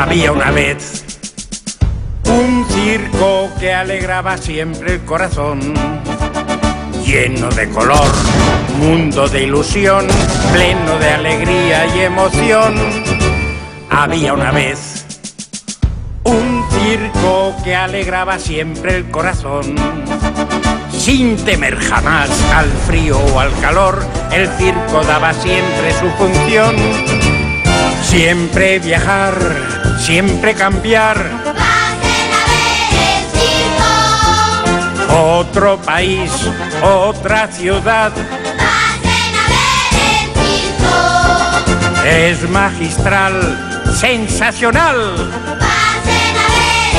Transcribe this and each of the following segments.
Había una vez un circo que alegraba siempre el corazón, lleno de color, mundo de ilusión, pleno de alegría y emoción. Había una vez un circo que alegraba siempre el corazón, sin temer jamás al frío o al calor. El circo daba siempre su función, siempre viajar, siempre cambiar. ¡Pasen a ver el circo! Otro país, otra ciudad. ¡Pasen a ver el circo! Es magistral, sensacional. ¡Pasen a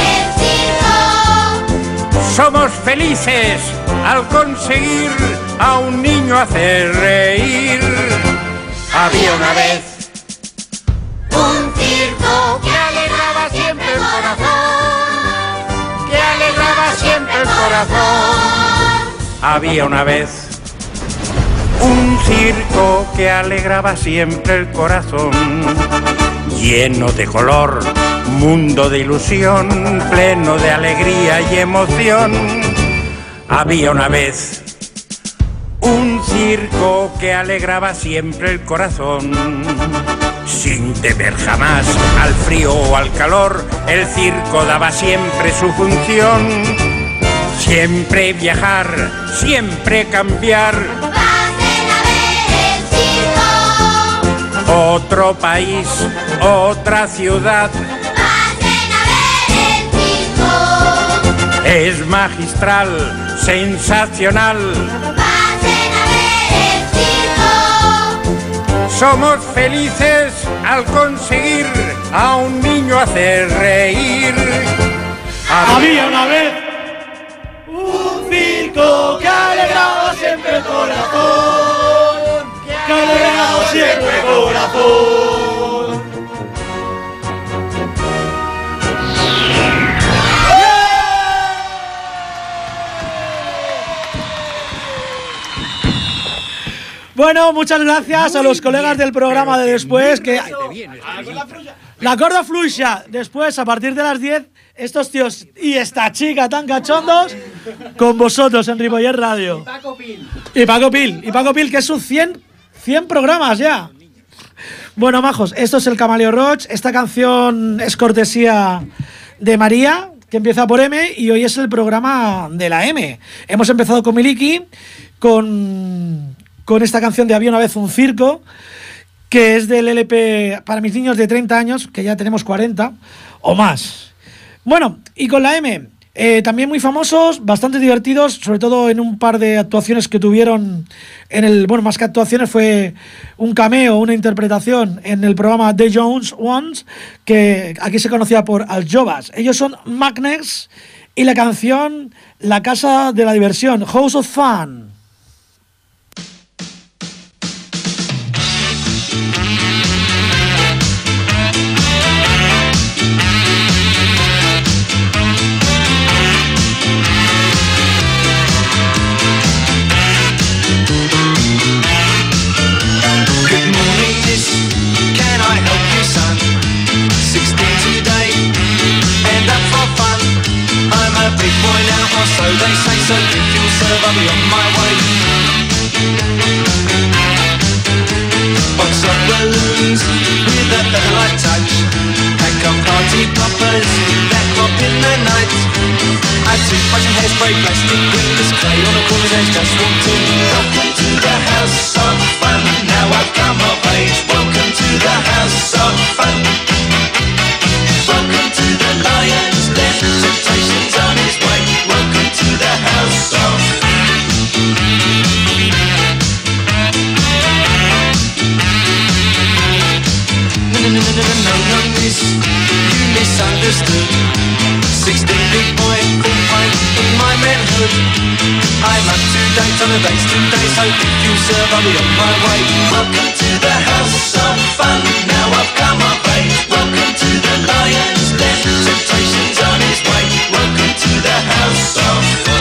ver el circo! Somos felices al conseguir a un niño hacer reír. Había una vez Un circo que alegraba siempre el corazón, que alegraba siempre el corazón. Había una vez un circo que alegraba siempre el corazón, lleno de color, mundo de ilusión, pleno de alegría y emoción. Había una vez un circo que alegraba siempre el corazón, sin temer jamás al frío o al calor. El circo daba siempre su función, siempre viajar, siempre cambiar. ¡Pasen a ver el circo! Otro país, otra ciudad. ¡Pasen a ver el circo! Es magistral, sensacional. ¡Pasen a ver el circo! Somos felices al conseguir a un niño hacer reír. Había una vez un circo que alegraba siempre el corazón, que alegraba siempre el corazón. Bueno, muchas gracias a los colegas del programa de después. Que la corda fluya. Después, a partir de las 10, estos tíos y esta chica tan cachondos con vosotros en Ripollet Radio. Y Paco Pil, que es un 100 programas ya. Bueno, majos, esto es el Camaleo Roach. Esta canción es cortesía de María, que empieza por M, y hoy es el programa de la M. Hemos empezado con Miliki, con esta canción de Había una vez un circo, que es del LP para mis niños de 30 años, que ya tenemos 40 o más. Bueno, y con la M, también muy famosos, bastante divertidos, sobre todo en un par de actuaciones que tuvieron en el... Bueno, más que actuaciones, fue un cameo, una interpretación en el programa The Jones Ones, que aquí se conocía por Aljobas. Ellos son Magnex y la canción La Casa de la Diversión, House of Fun. So they say, so if you'll serve, I'll be on my way. Box of balloons with a feather-light touch. Pack of party poppers that pop in the night. Add toothbrush and hairspray, plastic wheelers, clay on the corner's edge, just walked in. Welcome to the house of fun. Now I've come of age. Welcome to the house of fun. Welcome to the Lion's Den. Temptation's on his way. Welcome to the house of No, miss, you misunderstood. 16 big boy, full pint in my manhood. I'm up to date on the dates today, so if you serve, I'll be on my way. Welcome to the house of fun. Now I've come of age. Welcome to the Lion's Den. Temptation's on his way. Welcome to the house of fun.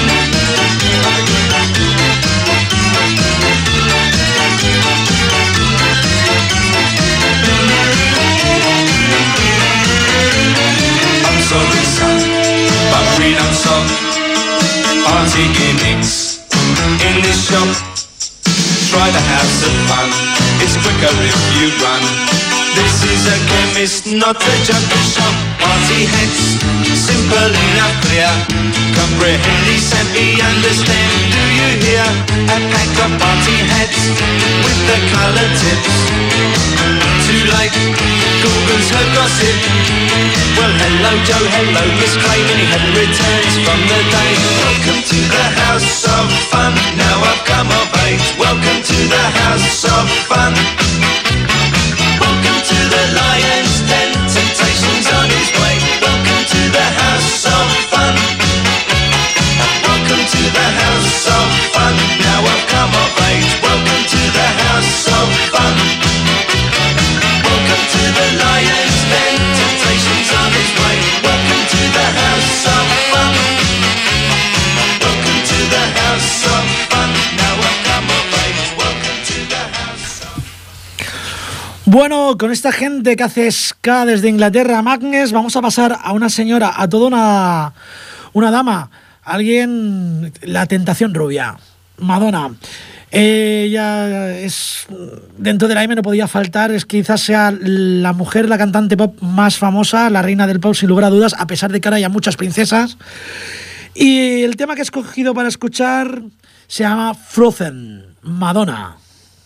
party gimmicks in this shop. Try to have some fun, it's quicker if you run. This is a chemist, not a jungle shop. Party hats, simple enough, clear. Comprehend, simply understand, do you hear? A pack of party hats with the colour tips. Too late, Google's her gossip. Well, hello Joe, hello Miss Clay, many had returns from the day. Welcome to the house of fun, now I've come of age. Welcome to the house of fun. Welcome to the lion's den, temptation's on his way. Welcome to the house of fun. Welcome to the house of fun, now I've come of age. Welcome to the house of fun. Welcome to the lion's den, temptation's on his way. Welcome to the house of fun. Welcome to the house of fun, now I've come of age. Welcome to the house of fun. Bueno, con esta gente que hace ska desde Inglaterra, Magnes, vamos a pasar a una señora, a toda una dama, alguien, la tentación rubia, Madonna. Ella es, dentro de la M no podía faltar, es que quizás sea la mujer, la cantante pop más famosa, la reina del pop sin lugar a dudas, a pesar de que ahora hay muchas princesas. Y el tema que he escogido para escuchar se llama Frozen, Madonna.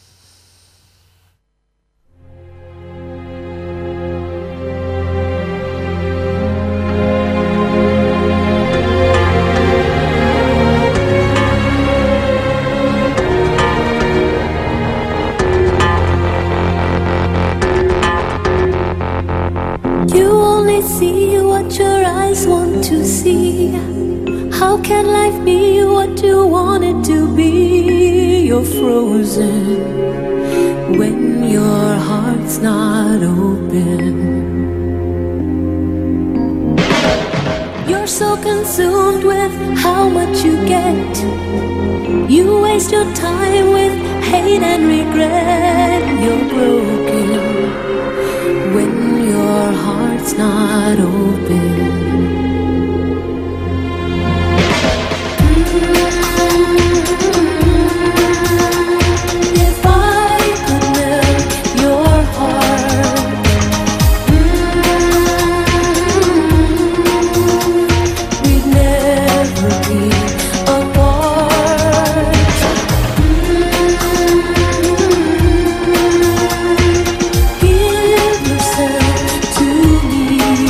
See what your eyes want to see. How can life be what you want it to be? You're frozen when your heart's not open. You're so consumed with how much you get. You waste your time with hate and regret. You're broken when your heart's not open. If I could melt your heart, we'd never be apart. Give yourself to me.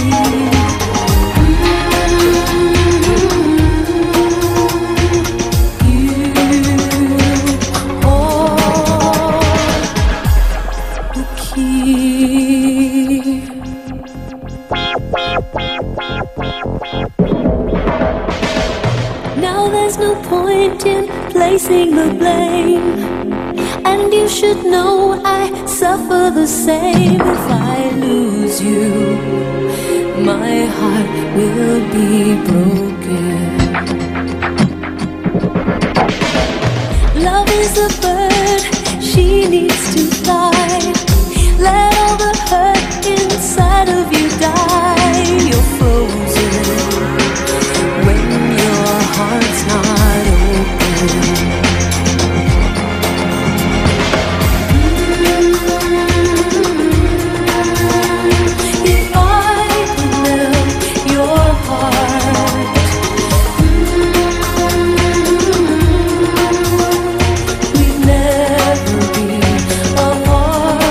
Now there's no point in placing the blame, and you should know I suffer the same. If I lose you, my heart will be broken. Love is a bird, she needs to fly. Let all the hurt inside of you die. You're frozen when your heart's not open. If I could melt your heart, we'd never be apart.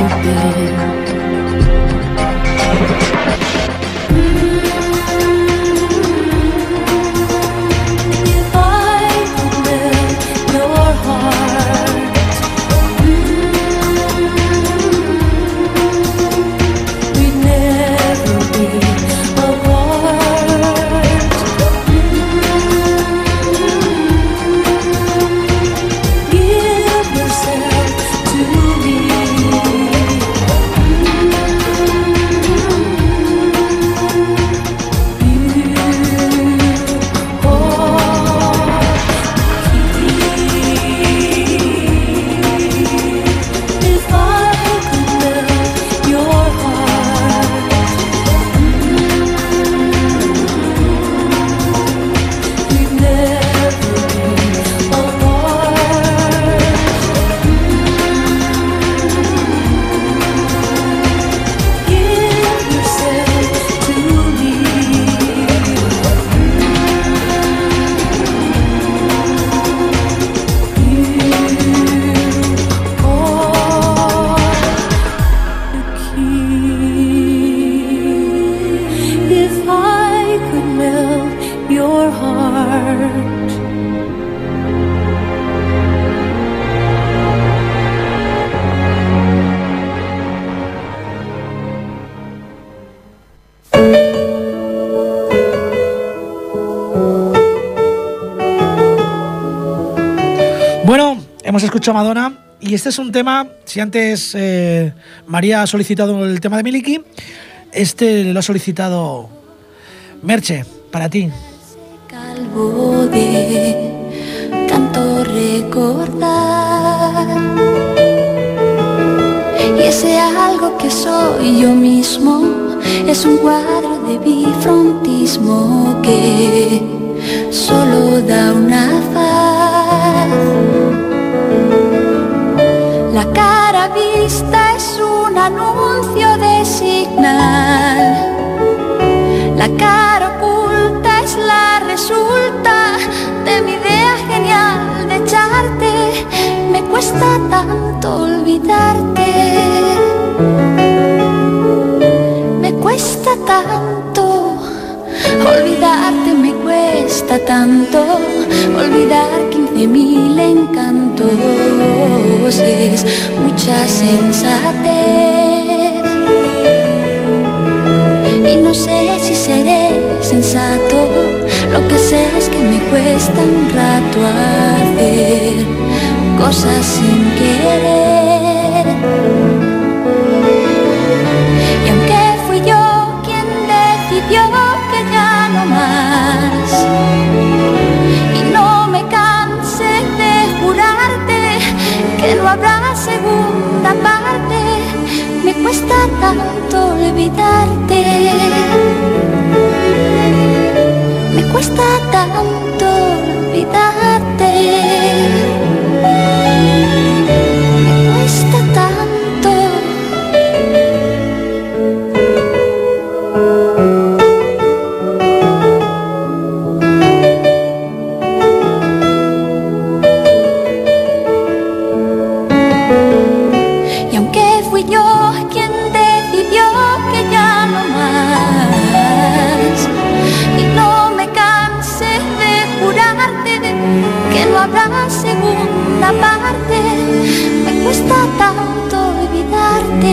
Bueno, hemos escuchado a Madonna y este es un tema, si antes María ha solicitado el tema de Miliki, este lo ha solicitado Merche, para ti. Calvo de tanto recordar, y ese algo que soy yo mismo es un cuadro de bifrontismo que solo da una faz. La cara vista es un anuncio de Signal, la cara oculta es la resulta de mi idea genial de echarte. Me cuesta tanto olvidarte, me cuesta tanto olvidarte, me cuesta tanto olvidar 15.000 encantos. Es mucha sensatez y no sé si seré sensato. Lo que sé es que me cuesta un rato hacer cosas sin querer. Y aunque fui yo quien decidió que ya no más, y no me cansé de jurarte que no habrá segunda parte, me cuesta tanto olvidarte, me cuesta tanto olvidarte, me cuesta tanto. Y aunque fui yo quien decidió que ya no más, y no me cansé de jurarte que no habrá segunda parte, me cuesta tanto olvidarte,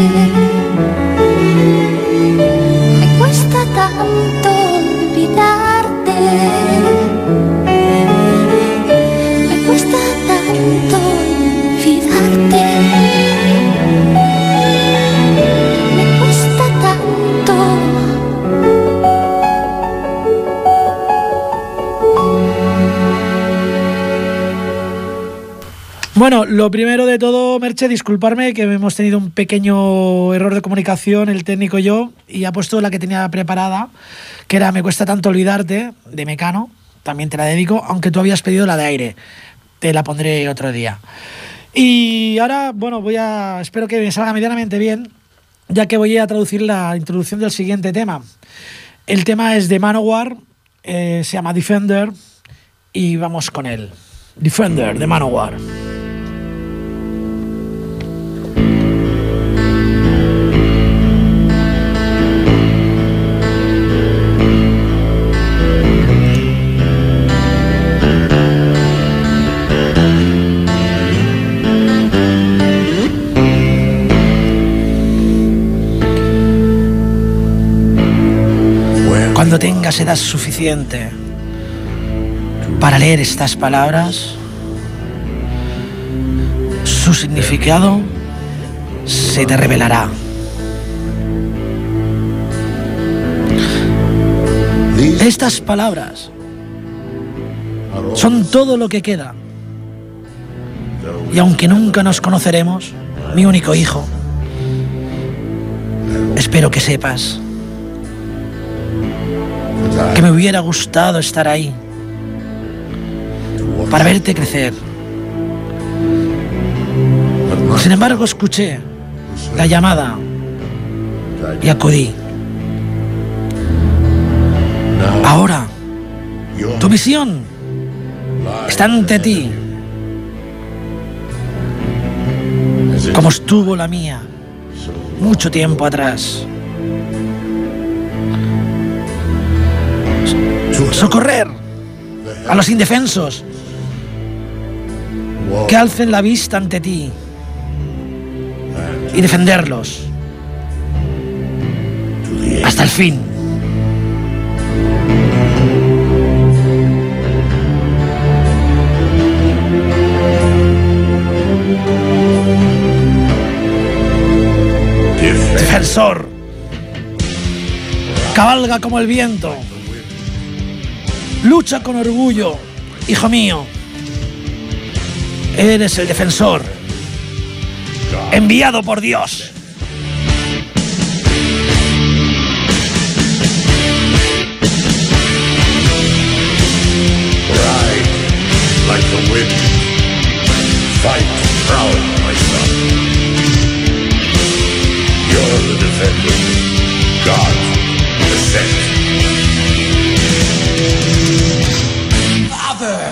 me cuesta tanto olvidarte, me cuesta tanto olvidarte, me cuesta tanto. Bueno, lo primero de todo, Merche, disculparme que hemos tenido un pequeño error de comunicación, el técnico y yo, y ha puesto la que tenía preparada, que era Me cuesta tanto olvidarte, de Mecano, también te la dedico, aunque tú habías pedido la de Aire, te la pondré otro día. Y ahora, bueno, espero que me salga medianamente bien, ya que voy a traducir la introducción del siguiente tema. El tema es de Manowar, se llama Defender, y vamos con él. Defender, de Manowar. tengas edad suficiente para leer estas palabras, su significado se te revelará. Estas palabras son todo lo que queda. Y aunque nunca nos conoceremos, mi único hijo, espero que sepas que me hubiera gustado estar ahí para verte crecer. Sin embargo, escuché la llamada y acudí. Ahora, tu misión está ante ti, como estuvo la mía mucho tiempo atrás. Socorrer a los indefensos que alcen la vista ante ti y defenderlos hasta el fin. Defensor, cabalga como el viento, lucha con orgullo, hijo mío. Eres el defensor enviado por Dios. Ride like the wind, fight proud, my son. You're the defender, God, the sent. Father,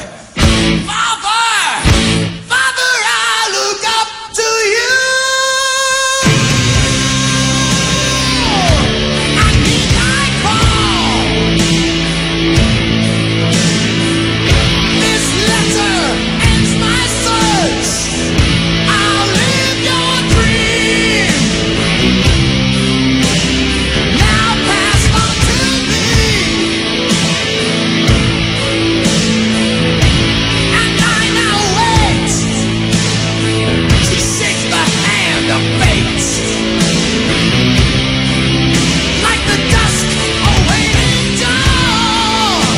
I look up to you. I need I call. This letter ends my search. I'll live your dream. Now pass on to me. And I now wait to shake the hand of fate, like the dusk awaiting dawn.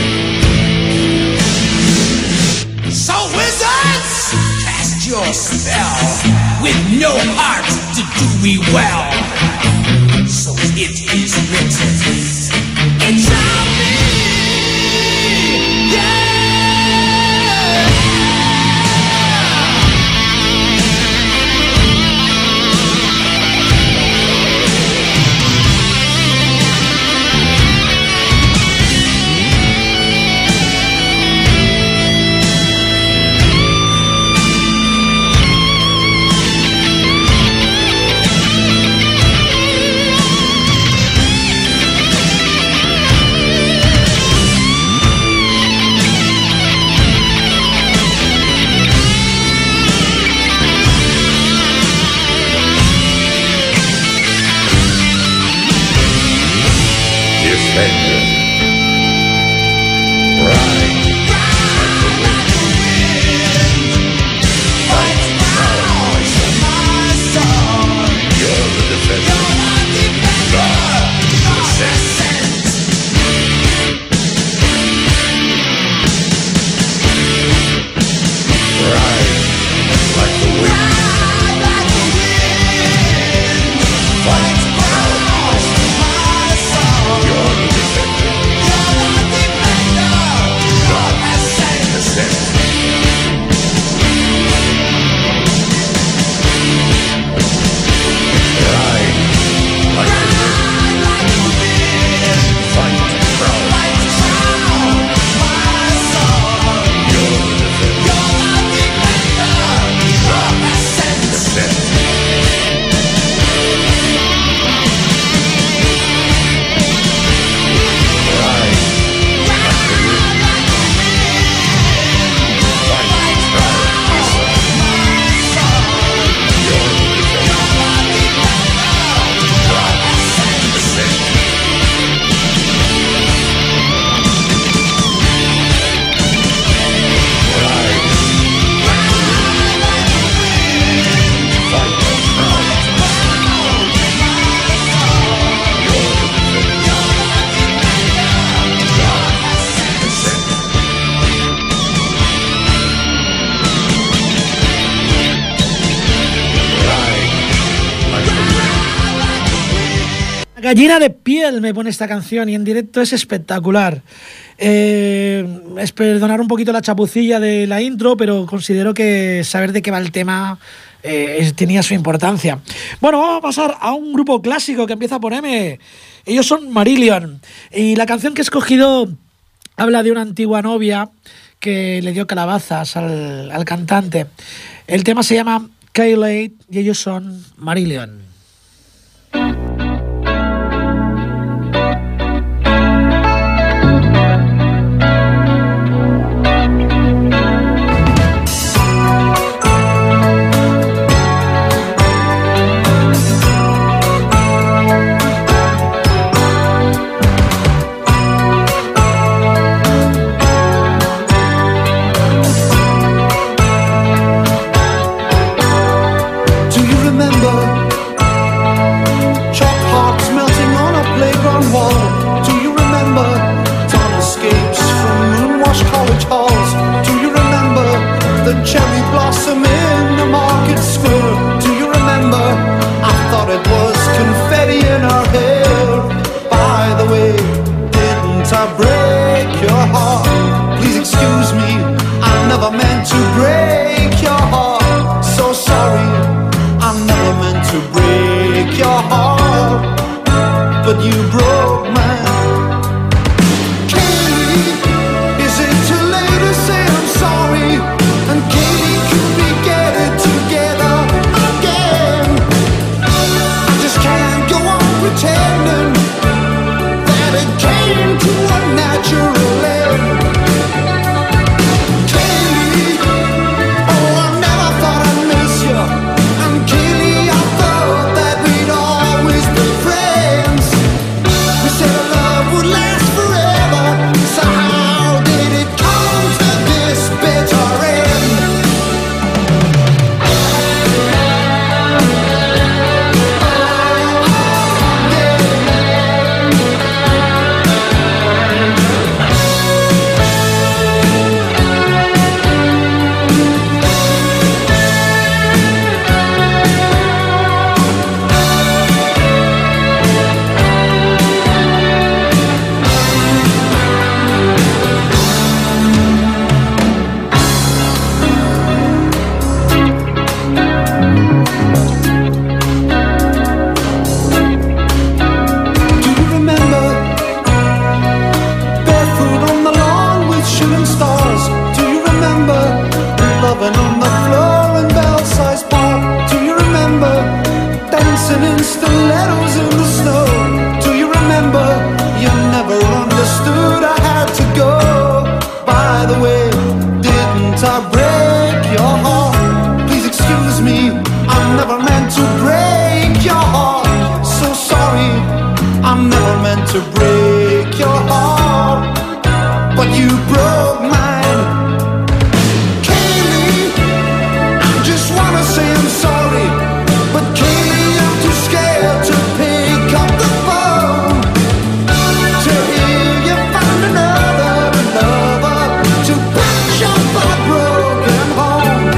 So wizards, cast your spell with no heart to do me well. So it is written, it shall be. Yeah. Gallina de piel me pone esta canción y en directo es espectacular. Es perdonar un poquito la chapucilla de la intro, pero considero que saber de qué va el tema tenía su importancia. Bueno, vamos a pasar a un grupo clásico que empieza por M. Ellos son Marillion y la canción que he escogido habla de una antigua novia que le dio calabazas al cantante. El tema se llama Kayleigh y ellos son Marillion. Cherry blossom in the market square. Do you remember? I thought it was confetti in her hair. By the way, didn't I break your heart? Please excuse me, I never meant to break your heart. So sorry, I never meant to break your heart, but you broke mine. Kayleigh, is it too late to say I'm sorry? And Katie, could we get it together again? I just can't go on pretending that it came to a natural end. Katie, oh, I never thought I'd miss you. And Katie, I thought that we'd always be friends. We said our love would last forever, so how did it come to this bitter end? In stilettos in the snow. Do you remember? You never understood I had to go. By the way, didn't I break your heart? Please excuse me, I never meant to break your heart. So sorry, I never meant to break your heart, but you broke mine. Kayleigh, I just wanna say I'm sorry, but Kayleigh, I'm too scared to pick up the phone, to hear you find another lover, to patch up our broken home.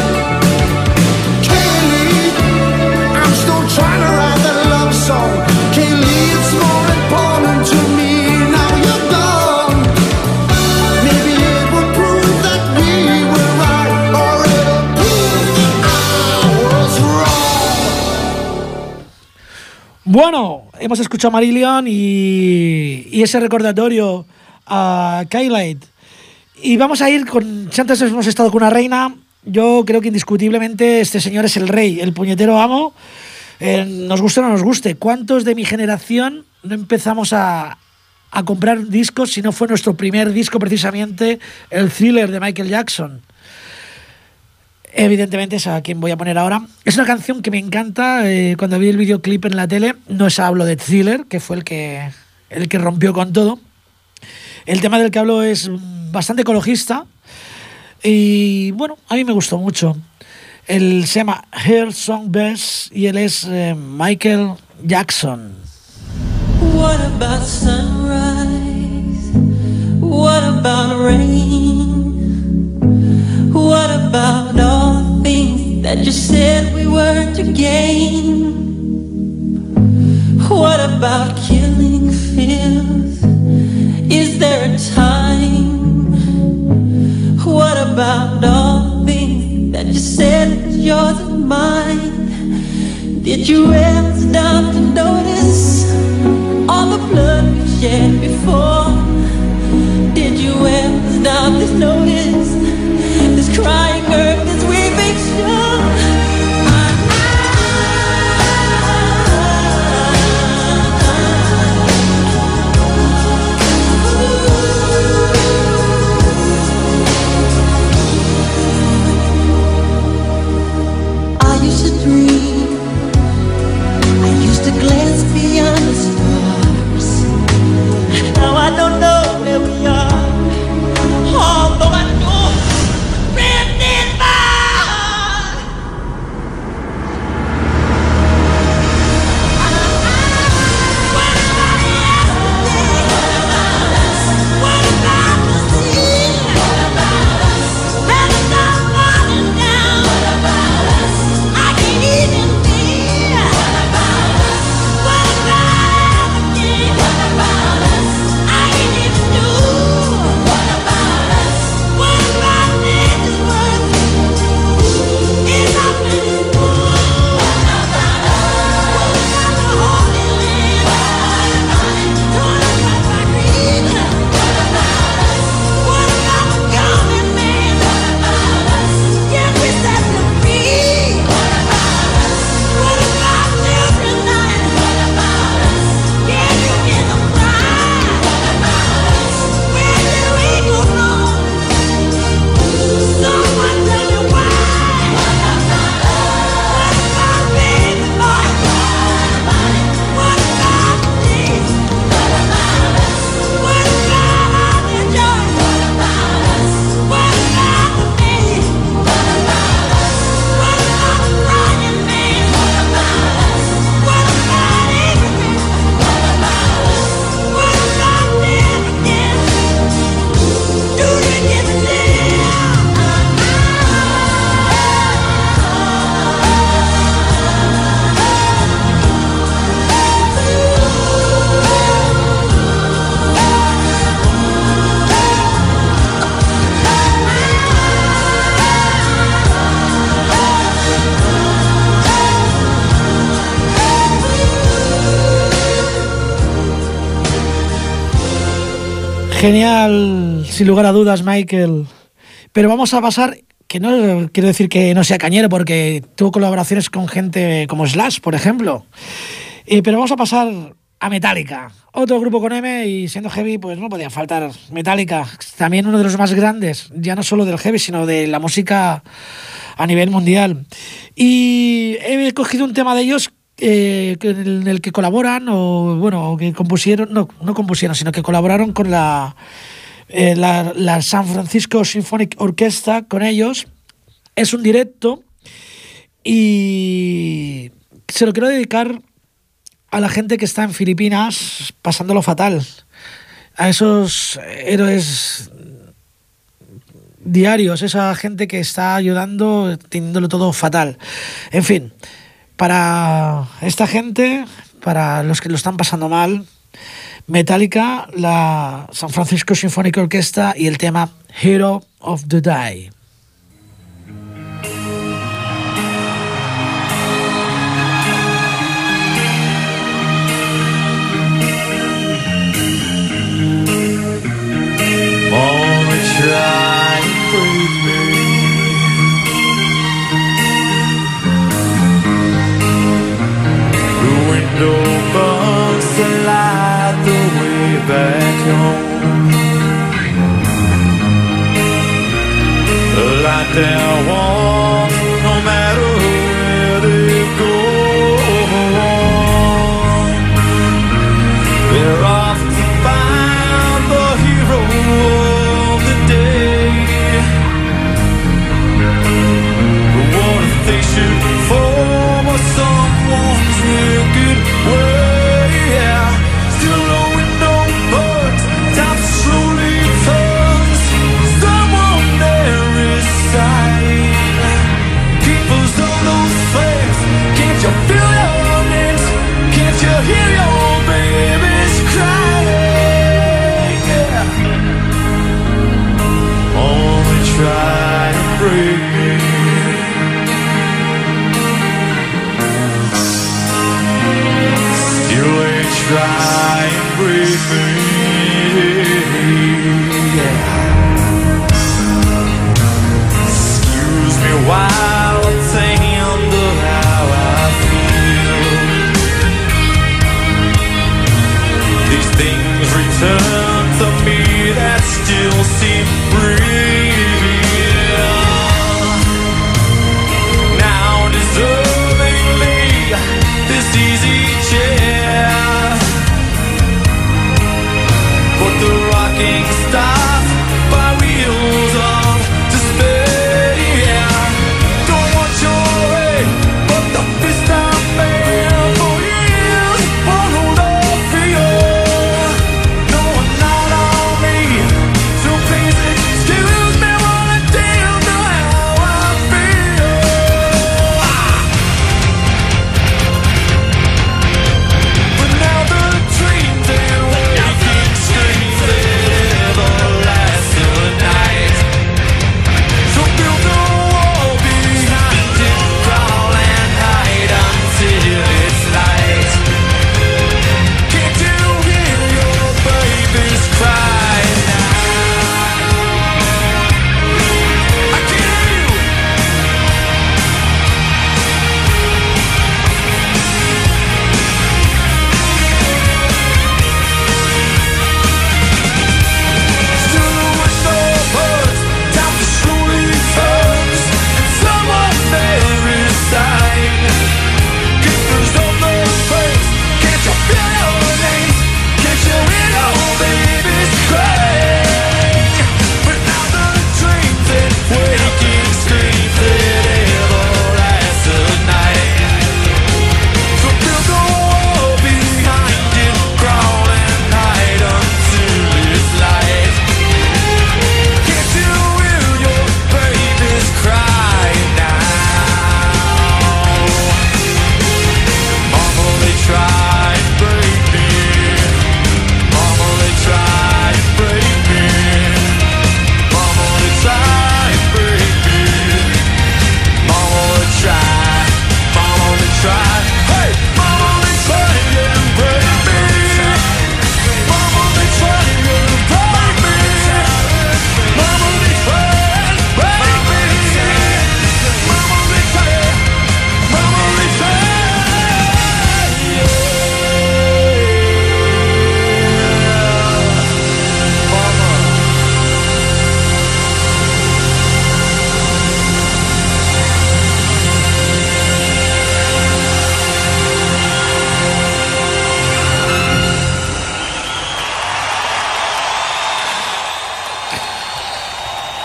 Kayleigh, I'm still trying to write that love song. Kayleigh, it's more important to me now you're gone. Maybe it would prove that we were right, or it'll prove that I was wrong. Bueno, hemos escuchado a Marillion y ese recordatorio a Kayleigh. Y vamos a ir con... Si antes hemos estado con una reina, yo creo que indiscutiblemente este señor es el rey, el puñetero amo. Nos guste o no nos guste. ¿Cuántos de mi generación no empezamos a comprar discos si no fue nuestro primer disco precisamente el Thriller de Michael Jackson? Evidentemente es a quien voy a poner ahora. Es una canción que me encanta. Cuando vi el videoclip en la tele, no es hablo de Thriller, que fue el que rompió con todo. El tema del que hablo es bastante ecologista y bueno, a mí me gustó mucho. Él se llama Her Song Best y él es Michael Jackson. What about sunrise? What about rain? What about all the things that you said we were to gain? What about killing fears? Is there a time? What about all the things that you said is yours and mine? Did you ever stop to notice all the blood we shed before? Did you ever stop to notice this crying earth, this weeping shore? Genial, sin lugar a dudas, Michael. Pero vamos a pasar, que no quiero decir que no sea cañero, porque tuvo colaboraciones con gente como Slash, por ejemplo. Pero vamos a pasar a Metallica, otro grupo con M, y siendo heavy, pues no podía faltar Metallica. También uno de los más grandes, ya no solo del heavy, sino de la música a nivel mundial. Y he cogido un tema de ellos en el que colaboran, o bueno, que compusieron, no compusieron, sino que colaboraron con la San Francisco Symphonic Orchestra, con ellos. Es un directo y se lo quiero dedicar a la gente que está en Filipinas pasándolo fatal, a esos héroes diarios, esa gente que está ayudando, teniéndolo todo fatal. En fin, para esta gente, para los que lo están pasando mal, Metallica, la San Francisco Symphonic Orchestra y el tema Hero of the Day. Try and break me. The window bugs the light the way back home. Light their walls, no matter where they go. They're off to find the hero of the day. What if they should fall by someone's wicked way? Still knowing no bugs, time slowly turns. Someone there is sight. Keepers of those flames, can't you feel your names? Can't you hear your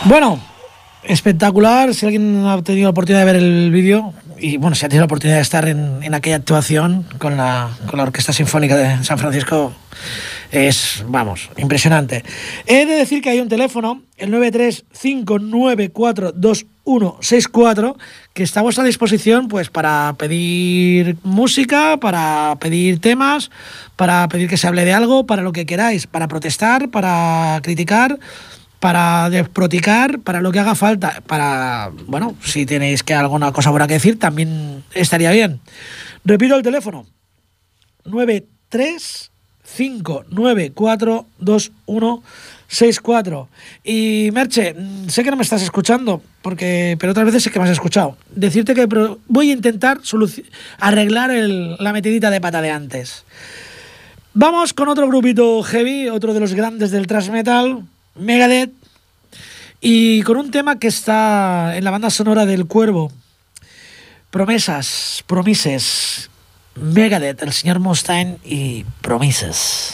Bueno, espectacular. Si alguien ha tenido la oportunidad de ver el vídeo, y bueno, si ha tenido la oportunidad de estar en aquella actuación con la Orquesta Sinfónica de San Francisco, es, vamos, impresionante. He de decir que hay un teléfono, el 935942164, que está a vuestra disposición pues para pedir música, para pedir temas, para pedir que se hable de algo, para lo que queráis, para protestar, para criticar, para desproticar, para lo que haga falta, para, bueno, si tenéis que alguna cosa buena que decir, también estaría bien. Repito el teléfono, 935942164. Y Merche, sé que no me estás escuchando, pero otras veces sé que me has escuchado. Decirte que voy a intentar arreglar la metidita de pata de antes. Vamos con otro grupito heavy, otro de los grandes del thrash metal, Megadeth, y con un tema que está en la banda sonora del Cuervo, Promises, Megadeth, el señor Mustaine y Promises.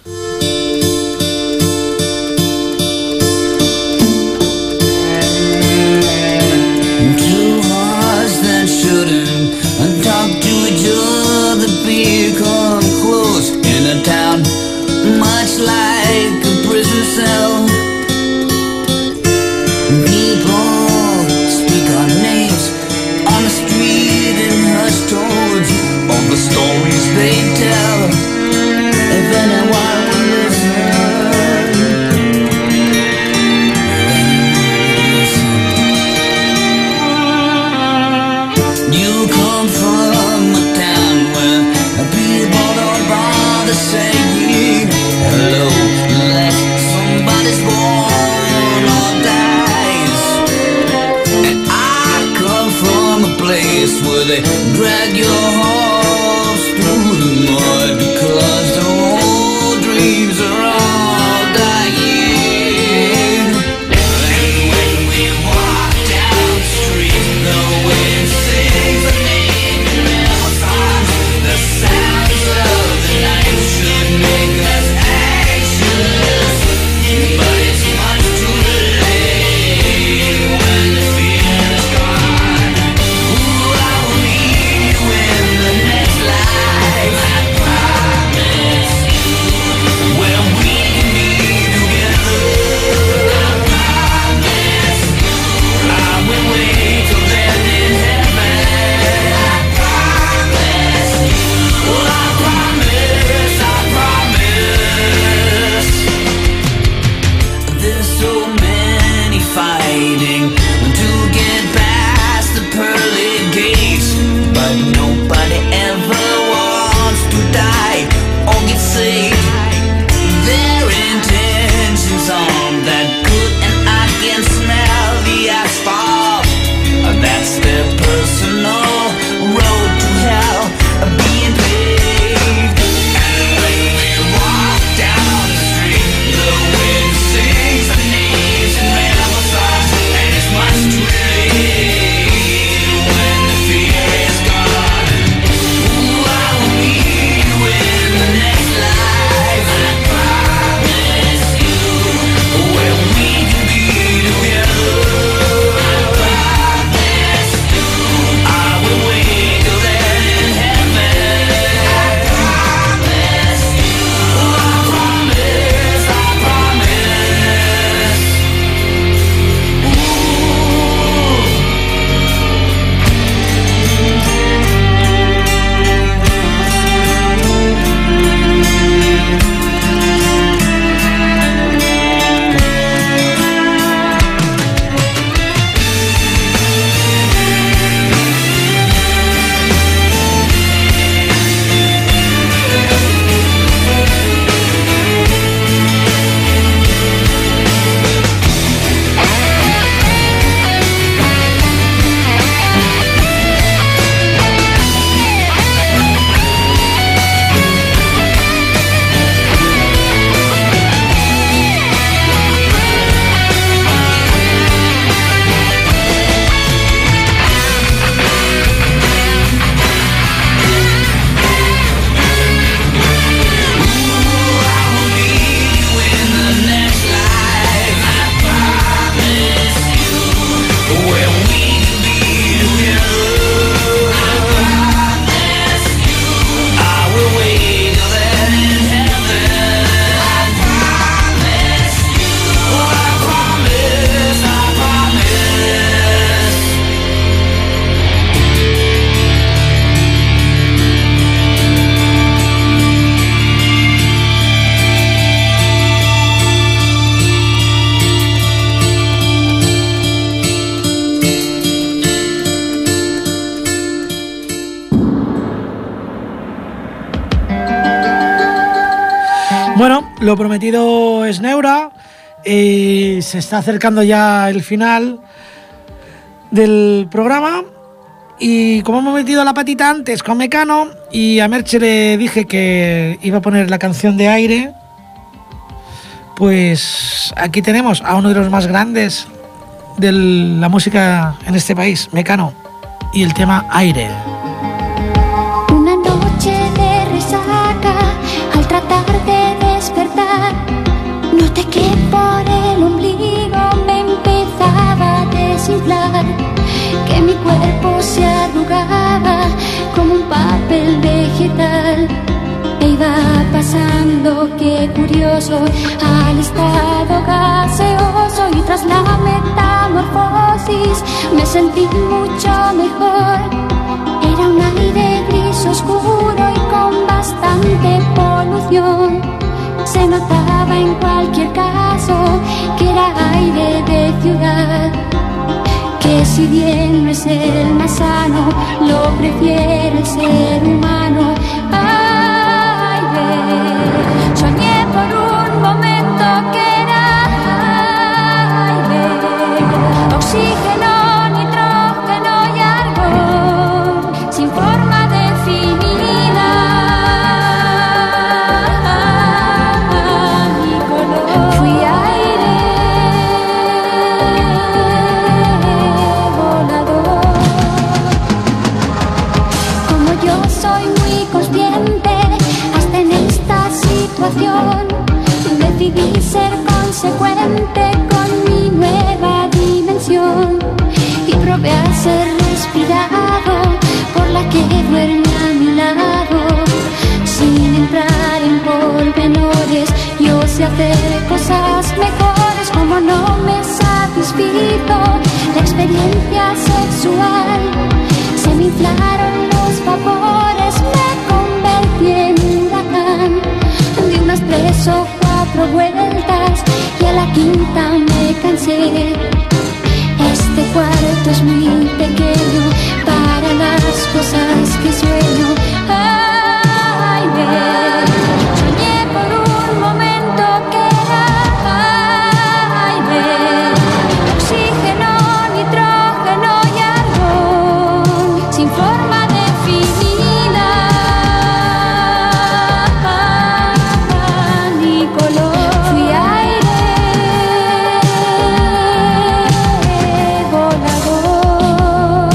Two hearts that shouldn't talk to each other become close in a town much like a prison cell. People speak our names on the street in hushed tones of the stories they tell. If anyone would listen, you come from a town where people don't bother saying hello unless somebody's born or dies. And I come from a place where they drag your horse through the mud because the old dreams are all dying. And when we walk down the street, the wind sings a name you never thought. The sounds of the night should make us anxious, but it's much too late when the fear is gone. Ooh, I will meet you in the next life. I promise you, where we can be together. I promise you, I will wait till then in heaven. I promise you, I promise, I promise. There's so many fighting to get past the pearly gates, but nobody ever wants to die or get saved. Their intentions aren't that good, and I can smell the asphalt. That's their personal road to hell being paved. And when we walk down the street, the wind sings the names and never thought. And it's much too late when the fear is gone. Ooh, I will meet you in the next life. I promise Bueno, lo prometido es Neura. Se está acercando ya el final del programa. Y como hemos metido la patita antes con Mecano, y a Merche le dije que iba a poner la canción de Aire, pues aquí tenemos a uno de los más grandes de la música en este país, Mecano, y el tema Aire. Una noche de resaca, al tratar de despertar, noté que por el ombligo me empezaba a desinflar, que mi cuerpo se arrugaba como un papel vegetal. E iba pasando, qué curioso, al estado gaseoso, y tras la metamorfosis me sentí mucho mejor. Era un aire gris oscuro y con bastante polución. Se notaba en cualquier caso que era aire de ciudad, que si bien no es el más sano, lo prefiere el ser humano. Aire, soñé por un momento que era aire, oxígeno, nitrógeno y argón, sin forma definida ni color. Fui aire volador. Como yo soy muy consciente, hasta en esta situación decidí ser consecuente con mi nueva dimensión y probé a ser respirado por la que duerme a mi lado. Sin entrar en pormenores, yo sé hacer cosas mejores. Como no me satisfizo la experiencia sexual, se me inflaron los vapores, me convertí en huracán. Di unas 3 o 4 vueltas y a la quinta me cansé. Este cuarto es muy pequeño para las cosas que sueño. Aire, soñé por un momento que era aire, oxígeno, nitrógeno y argón, sin forma definida ni color. Fui aire volador.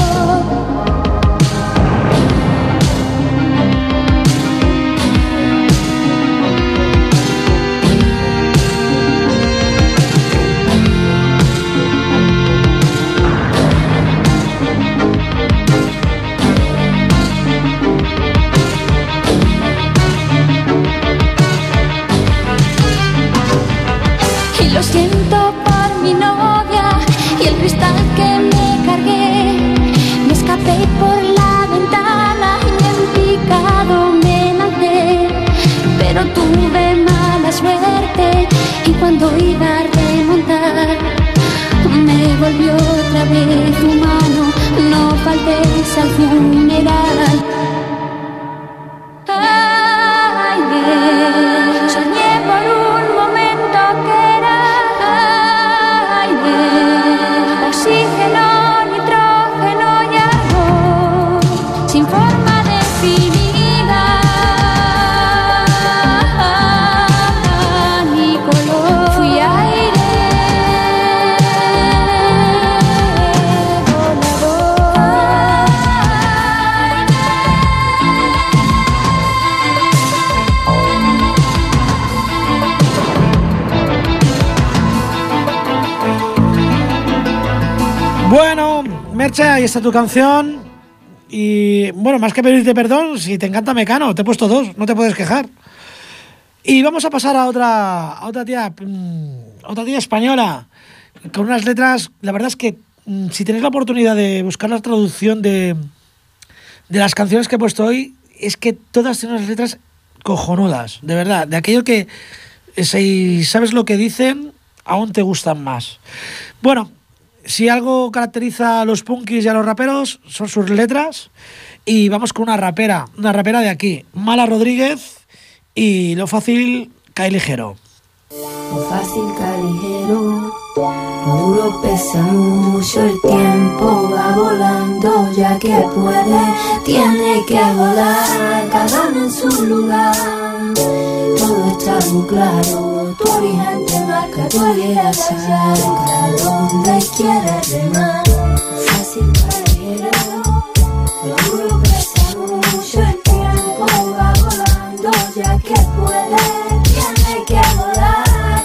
Y lo siento por mi novia y el cristal que me cargué. Me escapé por la ventana y en picado me lancé, pero tuve mala suerte y cuando iba a remontar me volvió otra vez humano. No faltéis al funeral. Aire, soñé por un momento que era aire, oxígeno, nitrógeno y argón, sin forma definida ni color. Fui aire volador. Bueno, Merche, ahí está tu canción. Y bueno, más que pedirte perdón, si te encanta Mecano, te he puesto 2, no te puedes quejar. Y vamos a pasar a otra tía española, con unas letras. La verdad es que si tenéis la oportunidad de buscar la traducción de las canciones que he puesto hoy, es que todas tienen unas letras cojonudas, de verdad, de aquello que si sabes lo que dicen, aún te gustan más. Bueno, si algo caracteriza a los punkis y a los raperos, son sus letras. Y vamos con una rapera de aquí, Mala Rodríguez, y Lo Fácil cae ligero. Lo fácil cae ligero, lo duro pesa mucho, el tiempo va volando, ya que puede, tiene que volar, cada uno en su lugar. Todo está muy claro, tu origen te marca, tu alianza, donde quieres remar. Lo fácil cae ligero, lo duro pesa mucho, el tiempo va volando, ya que puede, tiene que volar.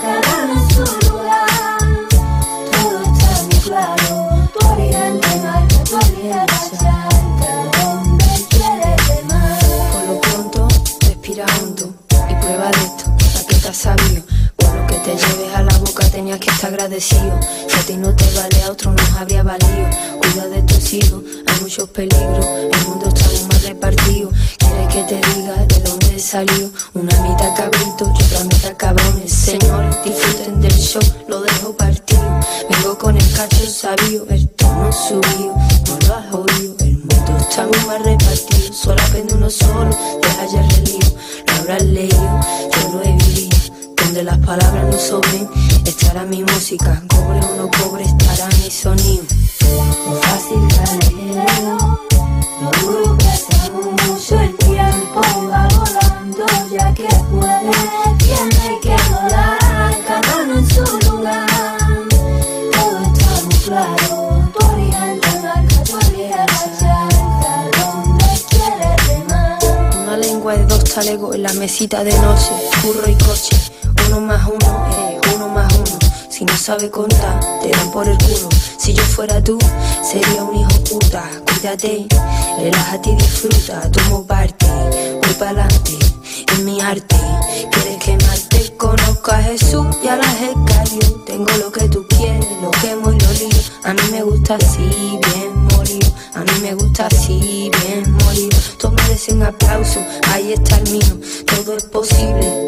Sabio, por lo que te lleves a la boca tenías que estar agradecido. Si a ti no te vale, a otro nos habría valido. Cuida de tus hijos, hay muchos peligros, el mundo está muy mal repartido. ¿Quieres que te diga de dónde salió? Una mitad cabrito y otra mitad cabrones. Señores, disfruten del show, lo dejo partido. Vengo con el cacho sabio, el tono subido, no lo has oído. El mundo está muy mal repartido, solo aprende uno solo, deja ya el relío. Lo habrás leído, yo lo he vivido. Donde las palabras no sobren, estará mi música. Cobre o no cobre, estará mi sonido. Lo fácil cae ligero, lo duro pesa mucho, el tiempo va volando, ya que puede, tiene que volar, cada uno en su lugar. Todo está muy claro, tu origen te marca, tu alianza, donde quieres remar. Una lengua de dos chalecos en la mesita de noche, burro y coche. Uno más uno es uno más uno. Si no sabe contar, te dan por el culo. Si yo fuera tú, sería un hijo puta. Cuídate, relájate y disfruta. Tomo parte, voy pa'lante en mi arte. ¿Quieres quemarte? Conozco a Jesús y a la Jecario. Tengo lo que tú quieres, lo quemo y lo lío. A mí me gusta así, bien morido. A mí me gusta así, bien morido. Todos merecen aplauso, ahí está el mío. Todo es posible.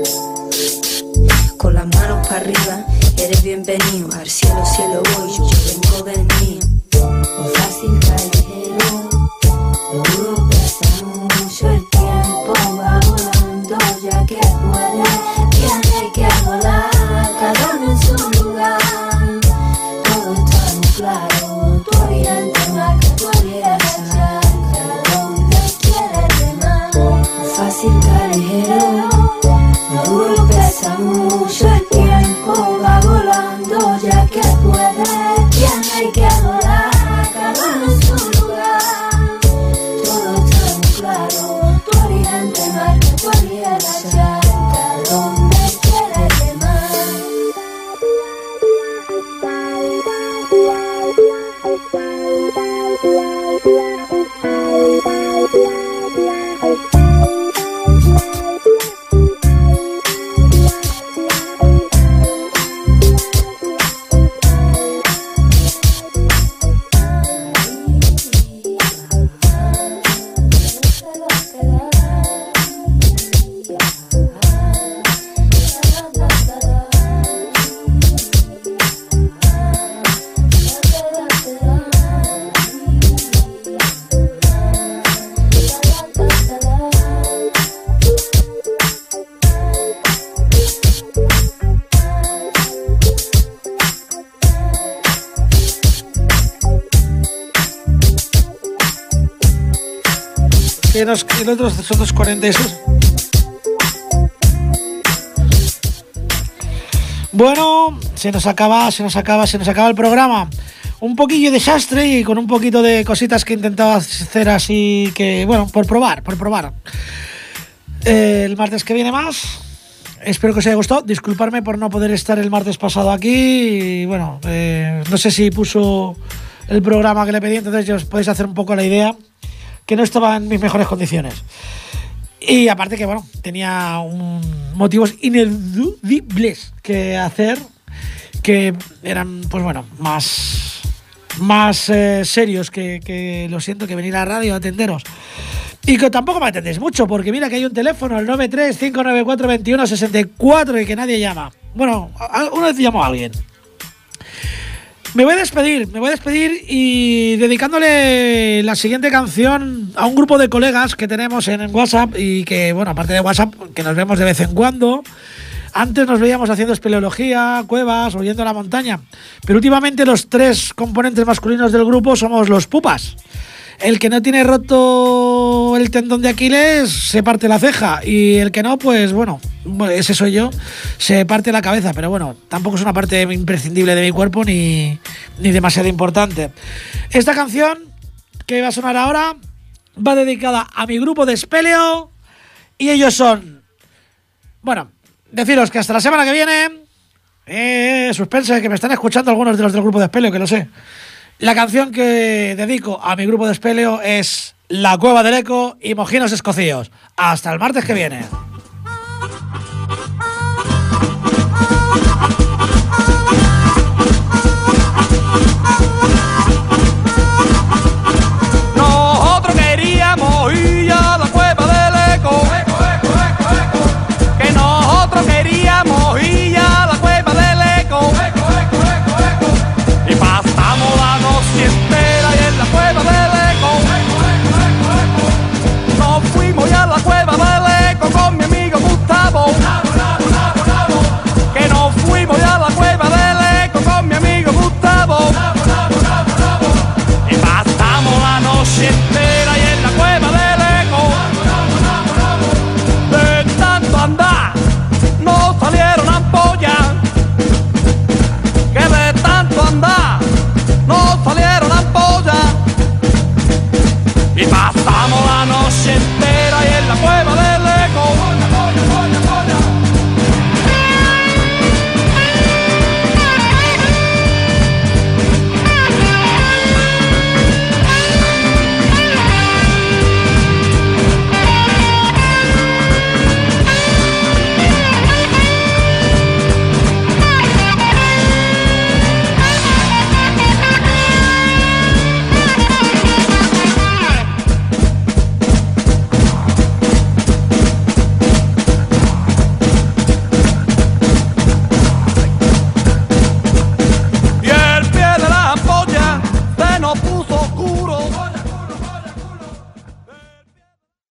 Con las manos para arriba, eres bienvenido. Al cielo, cielo voy, yo vengo del mío. Lo fácil cae ligero, lo duro pesa mucho, el tiempo va volando, ya que puede, tiene que volar, cada uno en su lugar. Todo está muy claro, tu origen te marca, tu alianza, donde quieres remar. Lo fácil cae ligero, lo duro pesa mucho, el tiempo va volando, ya que puede, tiene que volar, cada uno en su lugar. Todo está muy claro, tu origen te marca, tu alianza, donde quieres remar. Y los otros son 2.46. Bueno, se nos acaba el programa. Un poquillo de desastre y con un poquito de cositas que he intentado hacer así que, bueno, por probar. El martes que viene más. Espero que os haya gustado. Disculparme por no poder estar el martes pasado aquí. Y bueno, no sé si puso el programa que le pedí, entonces ya os podéis hacer un poco la idea que no estaba en mis mejores condiciones. Y aparte que, bueno, tenía motivos ineludibles que hacer, que eran, pues bueno, más serios que lo siento, que venir a la radio a atenderos. Y que tampoco me atendéis mucho, porque mira que hay un teléfono, el 93-594-2164, y que nadie llama. Bueno, una vez llamó a alguien. Me voy a despedir y dedicándole la siguiente canción a un grupo de colegas que tenemos en WhatsApp y que, bueno, aparte de WhatsApp, que nos vemos de vez en cuando. Antes nos veíamos haciendo espeleología, cuevas o yendo a la montaña, pero últimamente los 3 componentes masculinos del grupo somos los pupas. El que no tiene roto el tendón de Aquiles se parte la ceja y el que no, pues bueno, ese soy yo, se parte la cabeza, pero bueno, tampoco es una parte imprescindible de mi cuerpo ni demasiado importante. Esta canción que va a sonar ahora va dedicada a mi grupo de espeleo y ellos son, bueno, deciros que hasta la semana que viene, suspense, que me están escuchando algunos de los del grupo de espeleo, que lo sé. La canción que dedico a mi grupo de espeleo es La Cueva del Eco y Mojinos Escocíos. Hasta el martes que viene. Nosotros queríamos ir a la Cueva del Eco. Que nosotros queríamos ir a la Cueva del Eco. Y pasamos la noche entera y en la Cueva del Eco. Nos fuimos ya a la Cueva del Eco con mi amigo Gustavo. Que nos fuimos ya a la Cueva del Eco con mi amigo Gustavo. Y pasamos la noche entera y en la Cueva del Eco. De tanto andar nos salieron ampollas. Que de tanto andar nos salieron ampollas. Y pasamos la noche entera y en la Cueva del Eco. Y el pie de la ampolla se nos puso oscuro.